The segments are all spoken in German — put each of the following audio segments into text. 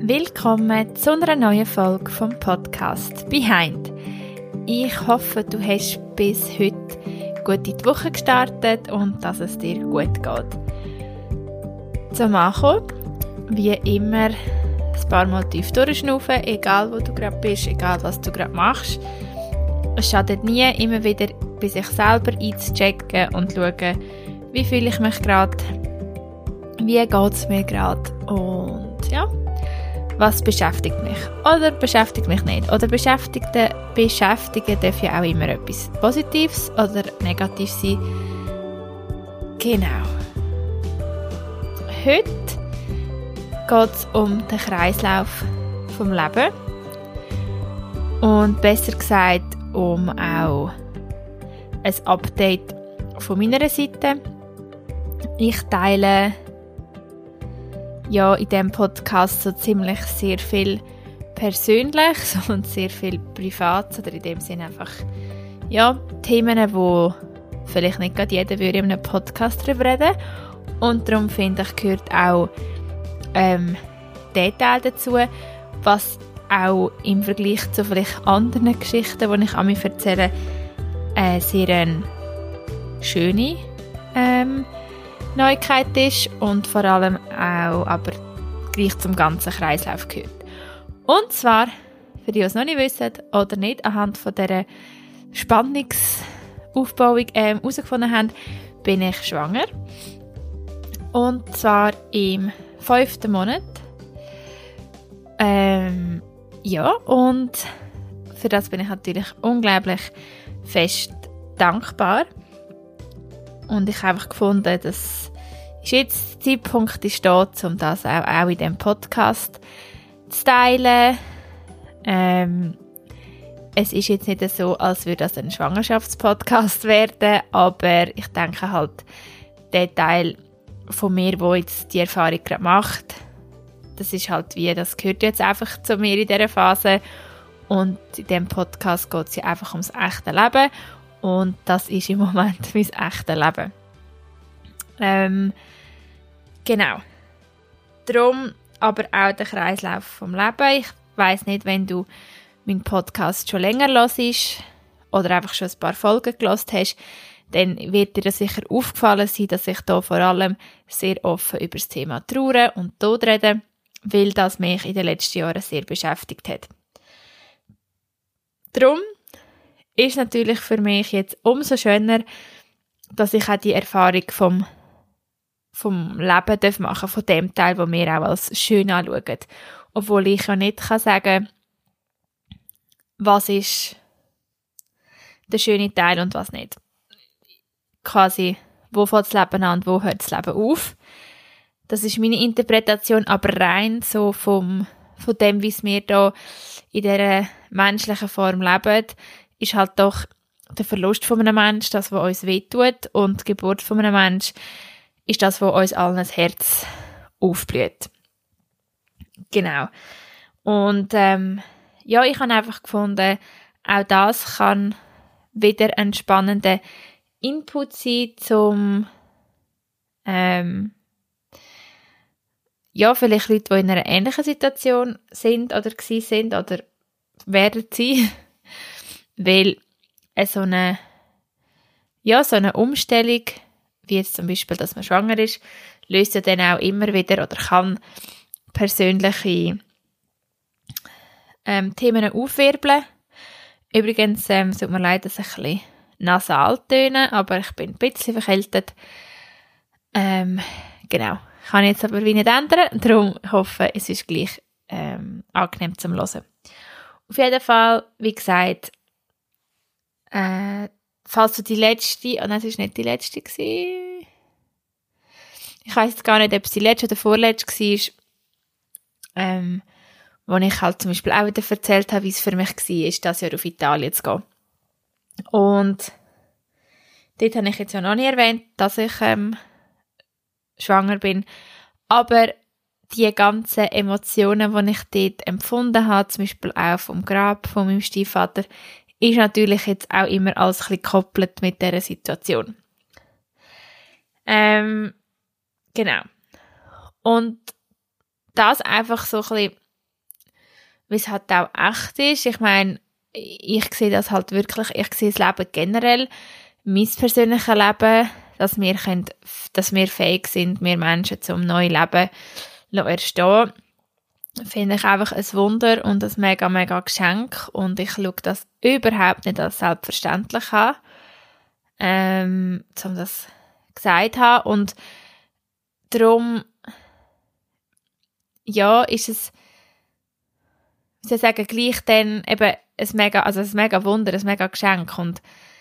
Willkommen zu einer neuen Folge vom Podcast Behind. Ich hoffe, du hast bis heute gut in die Woche gestartet und dass es dir gut geht. Zum Ankommen, wie immer, ein paar Mal tief durchschnaufen, egal wo du gerade bist, egal was du gerade machst. Es schadet nie, immer wieder bei sich selber einzuchecken und zu schauen, wie fühle ich mich gerade, wie geht es mir gerade und ja, was beschäftigt mich oder beschäftigt mich nicht. Oder beschäftigen darf ja auch immer etwas Positives oder Negatives sein. Genau. Heute geht es um den Kreislauf vom Leben und besser gesagt um auch ein Update von meiner Seite. Ich teile ja in diesem Podcast so ziemlich sehr viel Persönliches und sehr viel Privates oder in dem Sinne einfach ja, Themen, wo vielleicht nicht gerade jeder würde in einem Podcast darüber reden. Und darum finde ich, gehört auch Detail dazu, was auch im Vergleich zu vielleicht anderen Geschichten, die ich an mich erzähle, sehr eine schöne Neuigkeit ist und vor allem auch aber gleich zum ganzen Kreislauf gehört. Und zwar, für die, die es noch nicht wissen oder nicht anhand von dieser Spannungsaufbauung herausgefunden haben, bin ich schwanger. Und zwar im 5. Monat. Ja, und für das bin ich natürlich unglaublich fest dankbar. Und ich habe einfach gefunden, dass jetzt der Zeitpunkt ist da, um das auch in diesem Podcast zu teilen. Es ist jetzt nicht so, als würde das ein Schwangerschaftspodcast werden, aber ich denke halt, der Teil von mir, der jetzt die Erfahrung gerade macht, das ist halt wie, das gehört jetzt einfach zu mir in dieser Phase. Und in diesem Podcast geht es ja einfach ums echte Leben. Und das ist im Moment mein echtes Leben. Genau. Darum aber auch der Kreislauf vom Leben. Ich weiss nicht, wenn du meinen Podcast schon länger hörst oder einfach schon ein paar Folgen gehört hast, dann wird dir das sicher aufgefallen sein, dass ich da vor allem sehr offen über das Thema Trauer und Tod rede, weil das mich in den letzten Jahren sehr beschäftigt hat. Darum ist natürlich für mich jetzt umso schöner, dass ich auch die Erfahrung vom Leben machen darf, von dem Teil, den wir auch als schön anschauen. Obwohl ich ja nicht sagen kann, was ist der schöne Teil und was nicht. Quasi, wo fängt das Leben an und wo hört das Leben auf. Das ist meine Interpretation, aber rein so von dem, wie es wir hier in dieser menschlichen Form leben, ist halt doch der Verlust von einem Menschen das, was uns wehtut, und die Geburt von einem Menschen ist das, was uns allen das Herz aufblüht. Genau. Und ja, ich habe einfach gefunden, auch das kann wieder ein spannender Input sein, zum ja, vielleicht Leute, die in einer ähnlichen Situation sind oder gewesen sind oder werden sie. Weil so eine Umstellung, wie jetzt zum Beispiel, dass man schwanger ist, löst ja dann auch immer wieder oder kann persönliche Themen aufwirbeln. Übrigens, es tut mir leid, dass ich ein bisschen nasal töne, aber ich bin ein bisschen verkältet. Genau. Kann ich jetzt aber wie nicht ändern, darum hoffe ich, es ist gleich angenehm zum Hören. Auf jeden Fall, wie gesagt, falls du die letzte, nein, es war nicht die letzte gewesen. Ich weiss gar nicht, ob es die letzte oder vorletzte war, wo ich halt zum Beispiel auch wieder erzählt habe, wie es für mich war, dieses Jahr auf Italien zu gehen. Und dort habe ich jetzt ja noch nicht erwähnt, dass ich schwanger bin, aber die ganzen Emotionen, die ich dort empfunden habe, zum Beispiel auch vom Grab von meinem Stiefvater, ist natürlich jetzt auch immer alles ein bisschen gekoppelt mit dieser Situation. Genau. Und das einfach so ein bisschen wie es halt auch echt ist. Ich meine, ich sehe das halt wirklich, ich sehe das Leben generell, mein persönliches Leben, dass wir fähig sind, wir Menschen zum neuen Leben zu erstehen, finde ich einfach ein Wunder und ein mega, mega Geschenk. Und ich schaue das überhaupt nicht als selbstverständlich an, um das gesagt zu haben. Und darum, ja, ist es, wie soll ich sagen, gleich dann eben ein mega Wunder, ein mega Geschenk. Und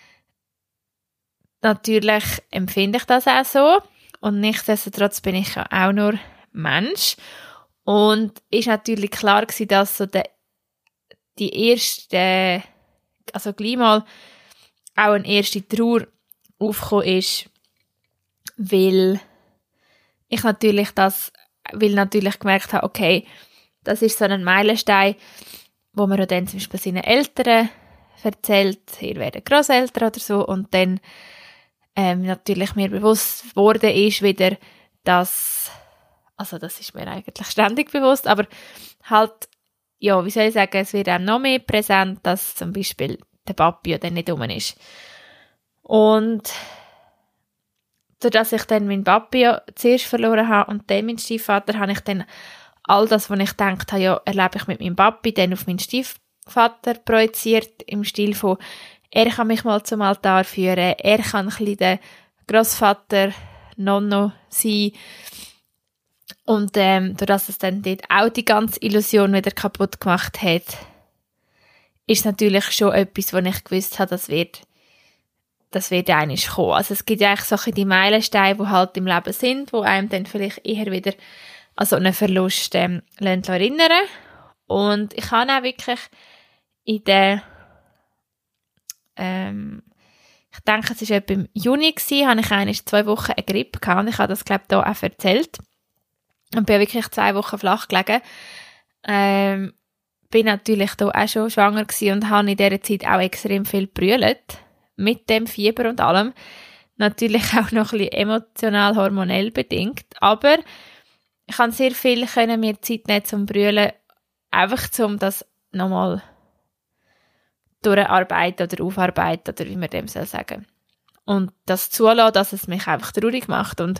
natürlich empfinde ich das auch so. Und nichtsdestotrotz bin ich ja auch nur Mensch. Und ist natürlich klar gewesen, dass so die erste, also gleich mal auch eine erste Trauer aufgekommen ist, weil ich natürlich gemerkt habe, okay, das ist so ein Meilenstein, wo man dann zum Beispiel seinen Eltern erzählt, ihr werdet Grosseltern oder so, und dann natürlich mir bewusst worden ist wieder, dass, also das ist mir eigentlich ständig bewusst, aber halt, ja, wie soll ich sagen, es wird auch noch mehr präsent, dass zum Beispiel der Papi ja dann nicht rum ist. Und dadurch, dass ich dann meinen Papi ja zuerst verloren habe und dann meinen Stiefvater, habe ich dann all das, was ich gedacht habe, ja, erlebe ich mit meinem Papi, dann auf meinen Stiefvater projiziert, im Stil von, er kann mich mal zum Altar führen, er kann ein bisschen der Grossvater, Nonno sein. Und dadurch, dass es dann dort auch die ganze Illusion wieder kaputt gemacht hat, ist natürlich schon etwas, wo ich gewusst habe, das wird einmal kommen. Also es gibt ja eigentlich solche die Meilensteine, die halt im Leben sind, wo einem dann vielleicht eher wieder an so einen Verlust erinnern. Und ich habe auch wirklich in der ich denke, es war etwa im Juni gewesen, habe ich eigentlich 2 Wochen eine Grippe gehabt und ich habe das, glaube ich, hier auch erzählt. Und bin wirklich 2 Wochen flach gelegen. Bin natürlich hier auch schon schwanger gewesen und habe in dieser Zeit auch extrem viel gebrüllt. Mit dem Fieber und allem. Natürlich auch noch ein bisschen emotional, hormonell bedingt. Aber ich kann sehr viel mir Zeit nehmen zum Brüllen, einfach um das nochmal durcharbeiten oder aufarbeiten oder wie man dem soll sagen. Und das zulassen, dass es mich einfach traurig macht. Und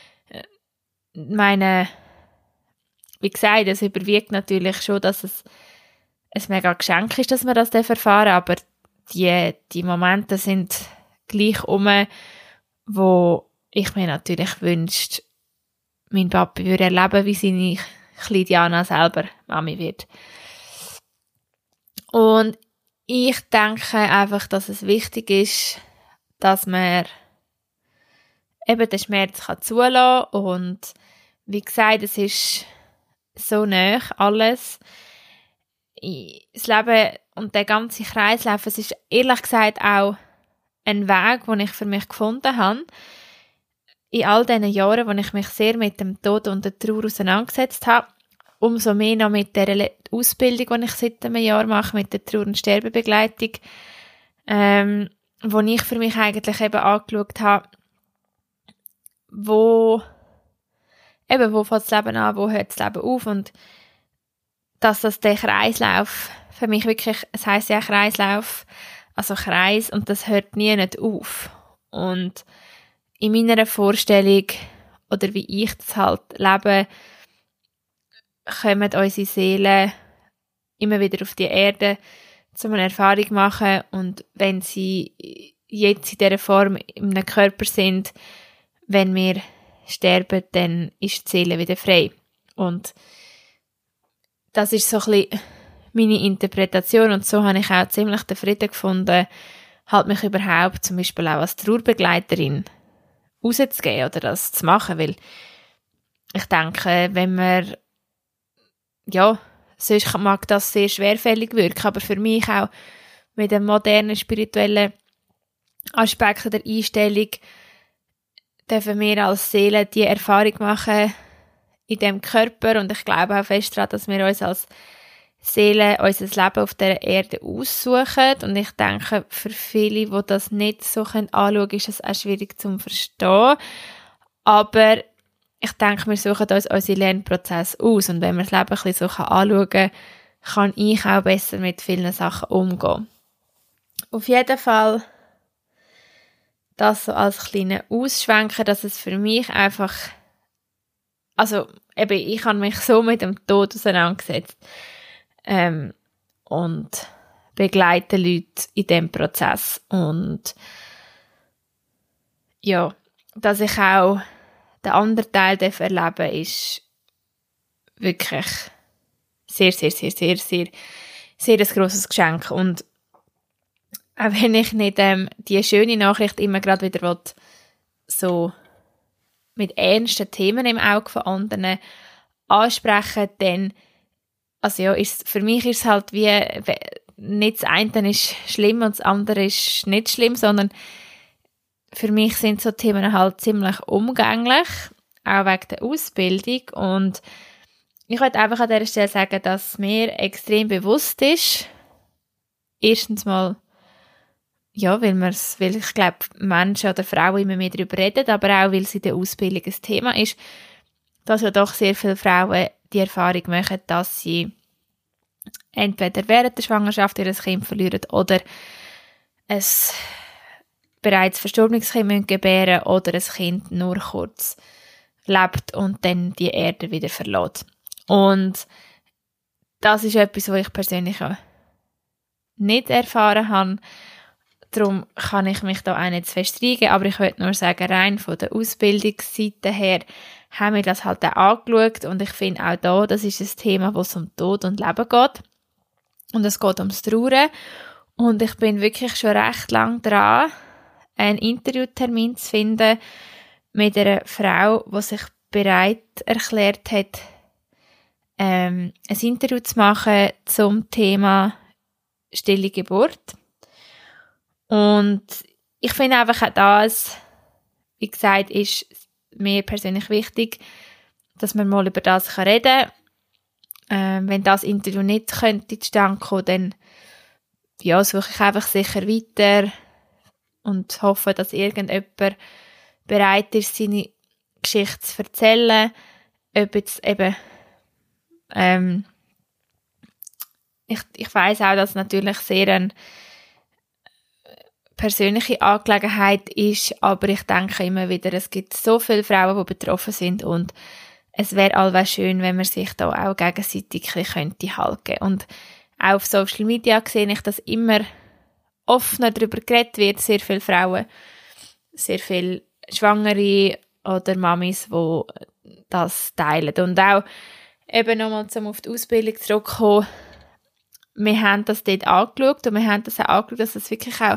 meine, wie gesagt, es überwiegt natürlich schon, dass es ein mega Geschenk ist, dass wir das erfahren, aber die Momente sind gleich wo ich mir natürlich wünschte, mein Papa würde erleben, wie seine kleine Diana selber Mami wird. Und ich denke einfach, dass es wichtig ist, dass man eben den Schmerz zulassen kann. Und wie gesagt, es ist so nah alles. Das Leben und der ganze Kreislauf, es ist ehrlich gesagt auch ein Weg, den ich für mich gefunden habe. In all diesen Jahren, wo ich mich sehr mit dem Tod und der Trauer auseinandergesetzt habe, umso mehr noch mit der Ausbildung, die ich seit einem Jahr mache, mit der Trauer- und Sterbebegleitung, wo ich für mich eigentlich eben angeschaut habe, wo fängt das Leben an, wo hört das Leben auf, und dass das der Kreislauf für mich wirklich, es heisst ja Kreislauf, also Kreis, und das hört nie nicht auf. Und in meiner Vorstellung, oder wie ich das halt lebe, kommen unsere Seelen immer wieder auf die Erde, um eine Erfahrung zu machen, und wenn sie jetzt in dieser Form in einem Körper sind, wenn wir sterben, dann ist die Seele wieder frei. Und das ist so ein bisschen meine Interpretation, und so habe ich auch ziemlich den Frieden gefunden, halt mich überhaupt zum Beispiel auch als Trauerbegleiterin rauszugeben oder das zu machen, weil ich denke, wenn man, ja, sonst mag das sehr schwerfällig wirken, aber für mich auch mit dem modernen spirituellen Aspekt der Einstellung dürfen wir als Seele die Erfahrung machen in dem Körper, und ich glaube auch fest daran, dass wir uns als Seele unser Leben auf der Erde aussuchen, und ich denke, für viele, die das nicht so anschauen können, ist es auch schwierig zu verstehen, aber ich denke, wir suchen uns unseren Lernprozess aus, und wenn man das Leben ein bisschen so anschauen kann, kann ich auch besser mit vielen Sachen umgehen. Auf jeden Fall das so als kleiner Ausschwenker, dass es für mich einfach, also eben, ich habe mich so mit dem Tod auseinandergesetzt und begleite Leute in diesem Prozess. Und ja, dass ich auch den anderen Teil erleben darf, ist wirklich sehr, sehr, sehr, sehr, sehr, sehr ein grosses Geschenk. Und auch wenn ich nicht die schöne Nachricht immer gerade wieder so mit ernsten Themen im Auge von anderen ansprechen, dann, also ja, für mich ist es halt wie, nicht das eine ist schlimm und das andere ist nicht schlimm, sondern für mich sind so Themen halt ziemlich umgänglich, auch wegen der Ausbildung. Und ich wollte einfach an dieser Stelle sagen, dass mir extrem bewusst ist, erstens mal, ja, weil ich glaube, Menschen oder Frauen immer mehr darüber reden, aber auch, weil es in der Ausbildung ein Thema ist, dass ja doch sehr viele Frauen die Erfahrung machen, dass sie entweder während der Schwangerschaft ihr Kind verlieren oder ein bereits verstorbenes Kind gebären oder ein Kind nur kurz lebt und dann die Erde wieder verlässt. Und das ist etwas, was ich persönlich auch nicht erfahren habe. Darum kann ich mich da auch nicht feststeigen, aber ich würde nur sagen, rein von der Ausbildungsseite her haben wir das halt auch angeschaut und ich finde auch da, das ist ein Thema, wo es um Tod und Leben geht und es geht ums Trauern und ich bin wirklich schon recht lang dran, einen Interviewtermin zu finden mit einer Frau, die sich bereit erklärt hat, ein Interview zu machen zum Thema stille Geburt. Und ich finde einfach auch das, wie gesagt, ist mir persönlich wichtig, dass man mal über das reden kann. Wenn das Interview nicht könnte zustande kommen, dann ja, suche ich einfach sicher weiter und hoffe, dass irgendjemand bereit ist, seine Geschichte zu erzählen. Ob jetzt eben ich weiss auch, dass es natürlich sehr eine persönliche Angelegenheit ist, aber ich denke immer wieder, es gibt so viele Frauen, die betroffen sind und es wäre allweil schön, wenn man sich da auch gegenseitig könnte halten. Und auch auf Social Media sehe ich, dass immer offener darüber geredet wird, sehr viele Frauen, sehr viele Schwangere oder Mamis, die das teilen. Und auch eben nochmal, um auf die Ausbildung zurückzukommen, wir haben das dort angeschaut und wir haben das auch angeschaut, dass es wirklich auch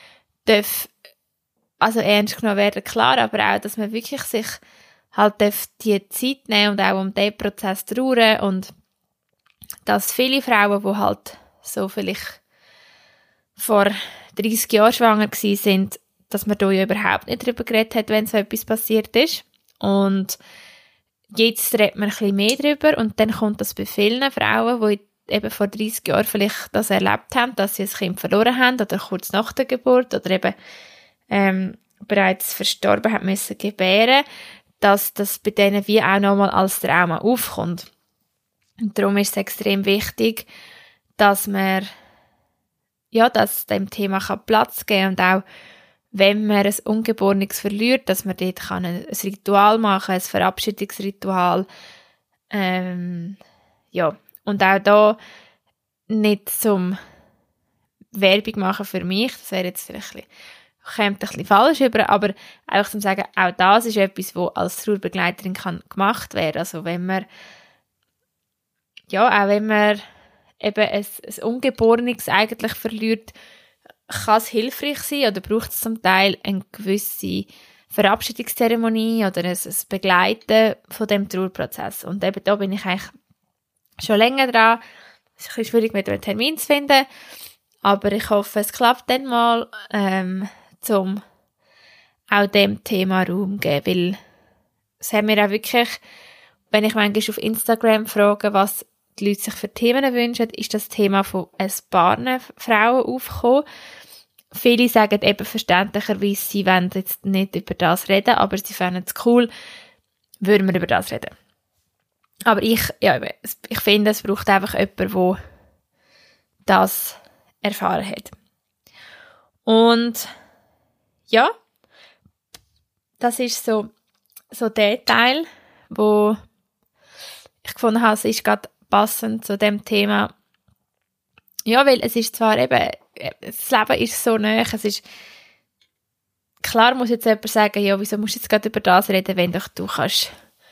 ernst genommen werden, klar, aber auch, dass man wirklich sich halt die Zeit nehmen und auch um diesen Prozess trauern und dass viele Frauen, die halt so vielleicht vor 30 Jahren schwanger gewesen sind, dass man da ja überhaupt nicht darüber geredet hat, wenn so etwas passiert ist. Und jetzt redet man ein bisschen mehr darüber und dann kommt das bei vielen Frauen, die eben vor 30 Jahren vielleicht das erlebt haben, dass sie ein Kind verloren haben oder kurz nach der Geburt oder eben bereits verstorben haben müssen gebären, dass das bei denen wie auch nochmal als Trauma aufkommt. Und darum ist es extrem wichtig, dass man dass dem Thema Platz geben kann und auch wenn man ein Ungeborenes verliert, dass man dort ein Ritual machen kann, ein Verabschiedungsritual. Und auch da nicht zum Werbung machen für mich, das wäre jetzt vielleicht kommt ein bisschen falsch über, aber einfach zum sagen, auch das ist etwas, was als Trauerbegleiterin gemacht werden kann. Also wenn man eben ein Ungeborenes eigentlich verliert, kann es hilfreich sein oder braucht es zum Teil eine gewisse Verabschiedungszeremonie oder ein Begleiten von dem Trauerprozess. Und eben da bin ich eigentlich schon länger dran. Es ist ein bisschen schwierig, mit einem Termin zu finden, aber ich hoffe, es klappt dann mal, um auch dem Thema Raum zu geben, weil es haben mir auch wirklich, wenn ich manchmal auf Instagram frage, was die Leute sich für Themen wünschen, ist das Thema von ein paar Frauen aufgekommen. Viele sagen eben verständlicherweise, sie wollen jetzt nicht über das reden, aber sie fänden es cool, würden wir über das reden. Aber ich finde, es braucht einfach jemanden, der das erfahren hat. Und ja, das ist so der Teil, wo ich gefunden habe, es ist gerade passend zu dem Thema. Ja, weil es ist zwar eben, das Leben ist so nahe, es ist, klar muss jetzt jemand sagen, ja, wieso musst du jetzt gerade über das reden, wenn doch du kannst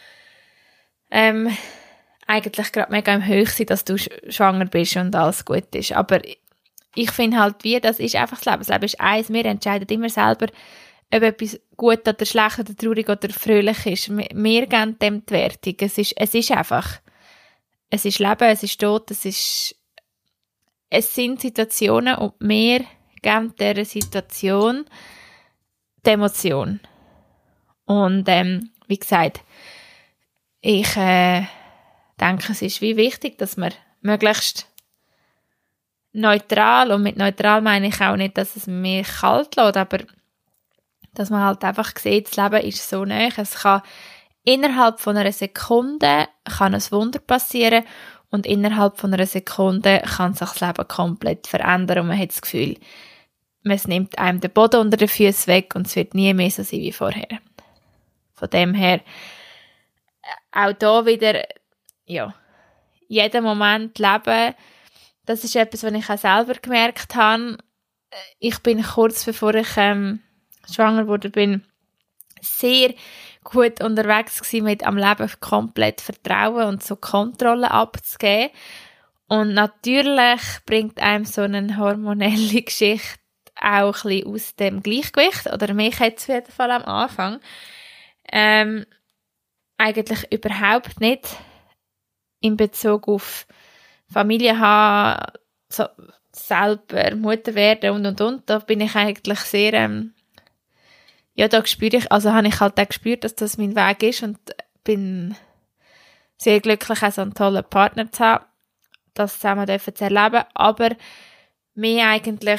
eigentlich gerade mega im Höch sein, dass du schwanger bist und alles gut ist. Aber ich finde halt, das ist einfach das Leben. Das Leben ist eins, wir entscheiden immer selber, ob etwas gut oder schlecht oder traurig oder fröhlich ist. Wir geben dem die Wertung. Es ist einfach, es ist Leben, es ist Tod, es sind Situationen und wir geben dieser Situation die Emotion. Und wie gesagt, ich denke, es ist wie wichtig, dass man möglichst neutral, und mit neutral meine ich auch nicht, dass es mir kalt lässt, aber dass man halt einfach sieht, das Leben ist so nahe. Es kann innerhalb von einer Sekunde kann ein Wunder passieren und innerhalb von einer Sekunde kann sich das Leben komplett verändern und man hat das Gefühl, es nimmt einem den Boden unter den Füßen weg und es wird nie mehr so sein wie vorher. Von dem her auch da wieder, ja, jeden Moment leben, das ist etwas, was ich auch selber gemerkt habe. Ich bin kurz bevor ich schwanger wurde, bin sehr gut unterwegs gewesen, mit am Leben komplett Vertrauen und so Kontrolle abzugeben. Und natürlich bringt einem so eine hormonelle Geschichte auch ein bisschen aus dem Gleichgewicht, oder mich hat es auf jeden Fall am Anfang eigentlich überhaupt nicht in Bezug auf Familie haben, so selber Mutter werden und. Da bin ich eigentlich sehr, ja, da spüre ich, also habe ich halt auch gespürt, dass das mein Weg ist und bin sehr glücklich, auch so einen tollen Partner zu haben, das zusammen zu erleben, aber mehr eigentlich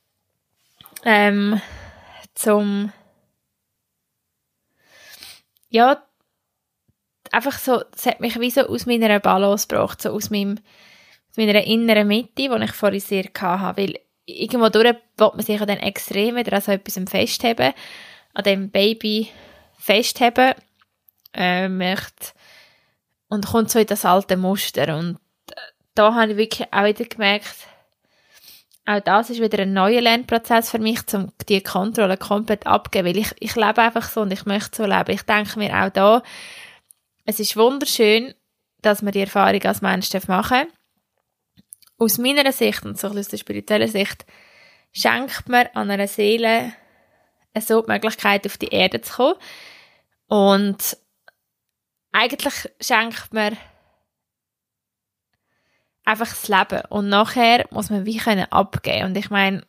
ja, einfach so, es hat mich wie so aus meiner Balance gebracht, so aus meiner inneren Mitte, die ich vorhin sehr hatte, weil irgendwo durch will man sich an den Extrem wieder an so etwas festheben, an dem Baby festheben möchte und kommt so in das alte Muster. Und da habe ich wirklich auch wieder gemerkt, auch das ist wieder ein neuer Lernprozess für mich, um die Kontrolle komplett abzugeben, weil ich lebe einfach so und ich möchte so leben. Ich denke mir auch da, es ist wunderschön, dass man die Erfahrung als Mensch machen darf. Aus meiner Sicht und so ein bisschen aus der spirituellen Sicht schenkt man an einer Seele so die Möglichkeit, auf die Erde zu kommen. Und eigentlich schenkt man einfach das Leben. Und nachher muss man wie abgeben. Und ich meine,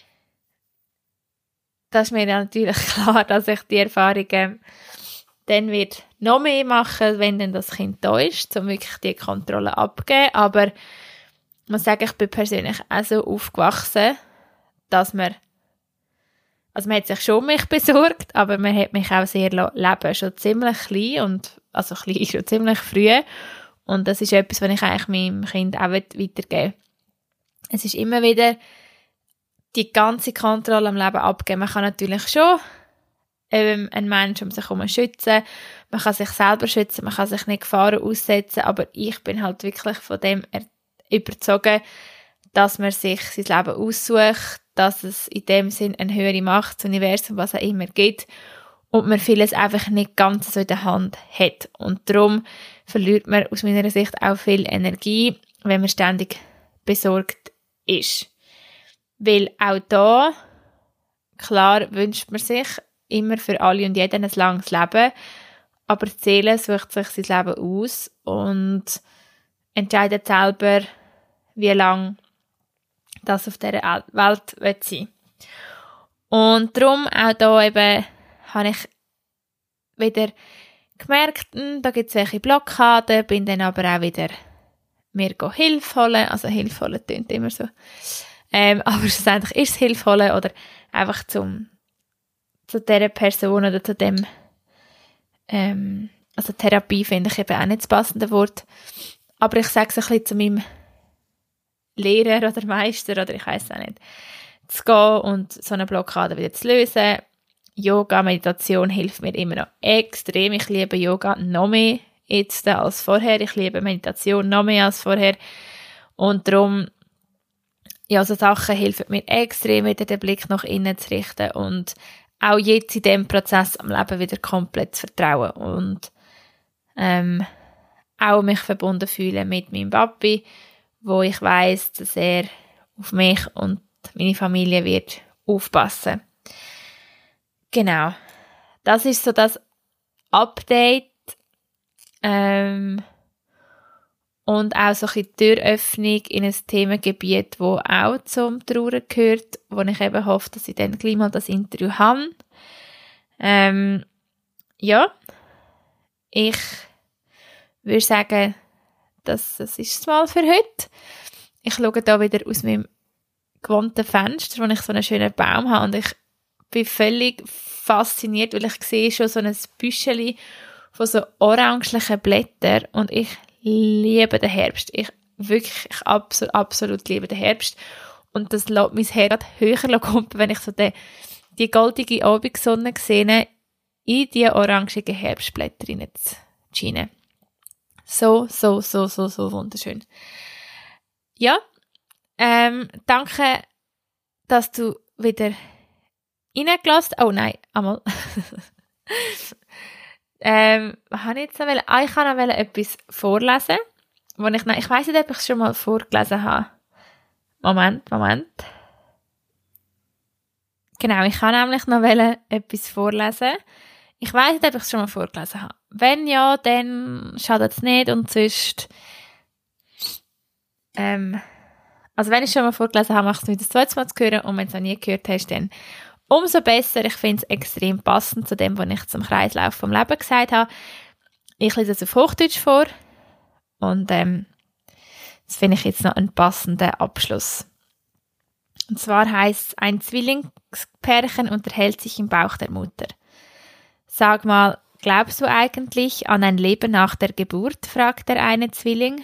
das ist mir natürlich klar, dass ich die Erfahrungen dann wird noch mehr machen, wenn dann das Kind da ist, um wirklich die Kontrolle abzugeben. Aber ich muss sagen, ich bin persönlich auch so aufgewachsen, dass man hat sich schon um mich besorgt, aber man hat mich auch sehr leben, schon ziemlich klein und, also klein, schon ziemlich früh. Und das ist etwas, was ich eigentlich meinem Kind auch weitergeben will. Es ist immer wieder die ganze Kontrolle am Leben abgeben. Man kann natürlich schon einen Menschen um sich herum schützen, man kann sich selber schützen, man kann sich nicht Gefahren aussetzen, aber ich bin halt wirklich von dem überzogen, dass man sich sein Leben aussucht, dass es in dem Sinn eine höhere Macht, das Universum, was auch immer gibt, und man vieles einfach nicht ganz so in der Hand hat. Und darum verliert man aus meiner Sicht auch viel Energie, wenn man ständig besorgt ist. Weil auch da, klar wünscht man sich immer für alle und jeden ein langes Leben, aber die Seele sucht sich sein Leben aus und entscheidet selber, wie lange das auf dieser Welt sein will. Und darum auch da eben habe ich wieder gemerkt, da gibt es welche Blockaden, bin dann aber auch wieder mir Hilfe holen, also Hilfe holen klingt immer so, aber schlussendlich ist es Hilfe holen oder einfach zu dieser Person oder zu dem, also Therapie finde ich eben auch nicht das passende Wort, aber ich sage es ein bisschen zu meinem Lehrer oder Meister oder ich weiss auch nicht, zu gehen und so eine Blockade wieder zu lösen. Yoga, Meditation hilft mir immer noch extrem. Ich liebe Yoga noch mehr jetzt als vorher. Ich liebe Meditation noch mehr als vorher. Und darum, ja, so Sachen helfen mir extrem, wieder den Blick nach innen zu richten und auch jetzt in diesem Prozess am Leben wieder komplett zu vertrauen und auch mich verbunden fühlen mit meinem Papi, wo ich weiss, dass er auf mich und meine Familie wird aufpassen. Genau. Das ist so das Update und auch so ein bisschen Türöffnung in ein Themengebiet, wo auch zum Trauern gehört, wo ich eben hoffe, dass ich dann gleich mal das Interview habe. Ja, ich würde sagen, das ist es mal für heute. Ich schaue da wieder aus meinem gewohnten Fenster, wo ich so einen schönen Baum habe und ich bin völlig fasziniert, weil ich sehe schon so ein Büscheli von so orangelichen Blättern und ich liebe den Herbst. Ich absolut liebe den Herbst und das lässt mein Herz höher kommen, wenn ich so die goldige Abendsonne sehe, in die orangigen Herbstblätter hineinzuscheinen. So wunderschön. Ja, danke, dass du wieder reingelassen hast. Oh nein, einmal. Was ich jetzt noch wollen? Ich kann noch etwas vorlesen, wo ich weiss nicht, ob ich es schon mal vorgelesen habe. Moment. Genau, ich kann nämlich noch etwas vorlesen. Ich weiss nicht, ob ich es schon mal vorgelesen habe. Wenn ja, dann schadet es nicht und sonst also wenn ich schon mal vorgelesen habe, machst du nicht das zweite Mal zu hören und wenn du es noch nie gehört hast, dann umso besser. Ich finde es extrem passend zu dem, was ich zum Kreislauf vom Leben gesagt habe. Ich lese es auf Hochdeutsch vor und das finde ich jetzt noch einen passenden Abschluss. Und zwar heisst es, ein Zwillingspärchen unterhält sich im Bauch der Mutter. Sag mal, glaubst du eigentlich an ein Leben nach der Geburt? Fragt der eine Zwilling.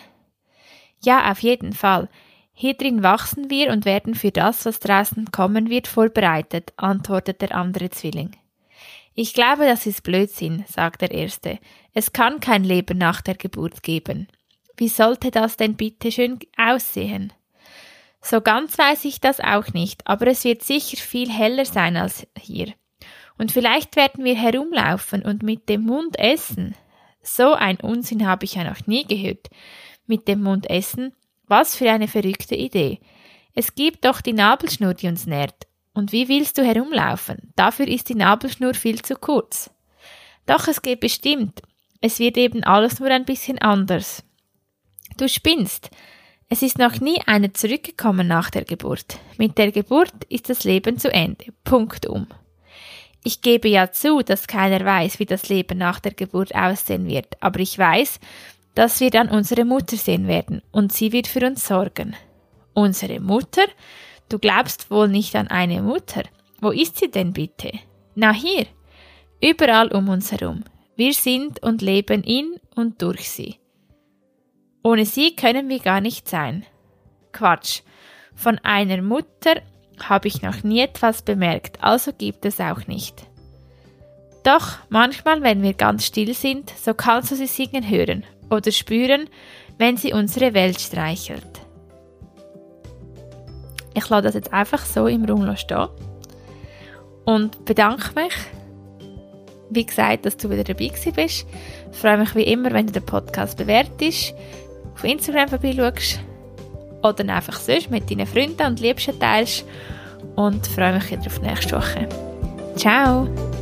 Ja, auf jeden Fall. Hier drin wachsen wir und werden für das, was draußen kommen wird, vorbereitet, antwortet der andere Zwilling. Ich glaube, das ist Blödsinn, sagt der erste. Es kann kein Leben nach der Geburt geben. Wie sollte das denn bitte schön aussehen? So ganz weiß ich das auch nicht, aber es wird sicher viel heller sein als hier. Und vielleicht werden wir herumlaufen und mit dem Mund essen. So ein Unsinn habe ich ja noch nie gehört. Mit dem Mund essen? Was für eine verrückte Idee. Es gibt doch die Nabelschnur, die uns nährt. Und wie willst du herumlaufen? Dafür ist die Nabelschnur viel zu kurz. Doch, es geht bestimmt. Es wird eben alles nur ein bisschen anders. Du spinnst. Es ist noch nie einer zurückgekommen nach der Geburt. Mit der Geburt ist das Leben zu Ende. Punktum. Ich gebe ja zu, dass keiner weiß, wie das Leben nach der Geburt aussehen wird, aber ich weiß, dass wir dann unsere Mutter sehen werden und sie wird für uns sorgen. Unsere Mutter? Du glaubst wohl nicht an eine Mutter. Wo ist sie denn bitte? Na hier, überall um uns herum. Wir sind und leben in und durch sie. Ohne sie können wir gar nicht sein. Quatsch. Von einer Mutter habe ich noch nie etwas bemerkt, also gibt es auch nicht. Doch manchmal, wenn wir ganz still sind, so kannst du sie singen hören oder spüren, wenn sie unsere Welt streichelt. Ich lasse das jetzt einfach so im Raum stehen und bedanke mich, wie gesagt, dass du wieder dabei bist. Ich freue mich wie immer, wenn du den Podcast bewertest, auf Instagram vorbeischaust oder einfach sonst mit deinen Freunden und Liebsten teilst und freue mich wieder auf nächste Woche. Ciao!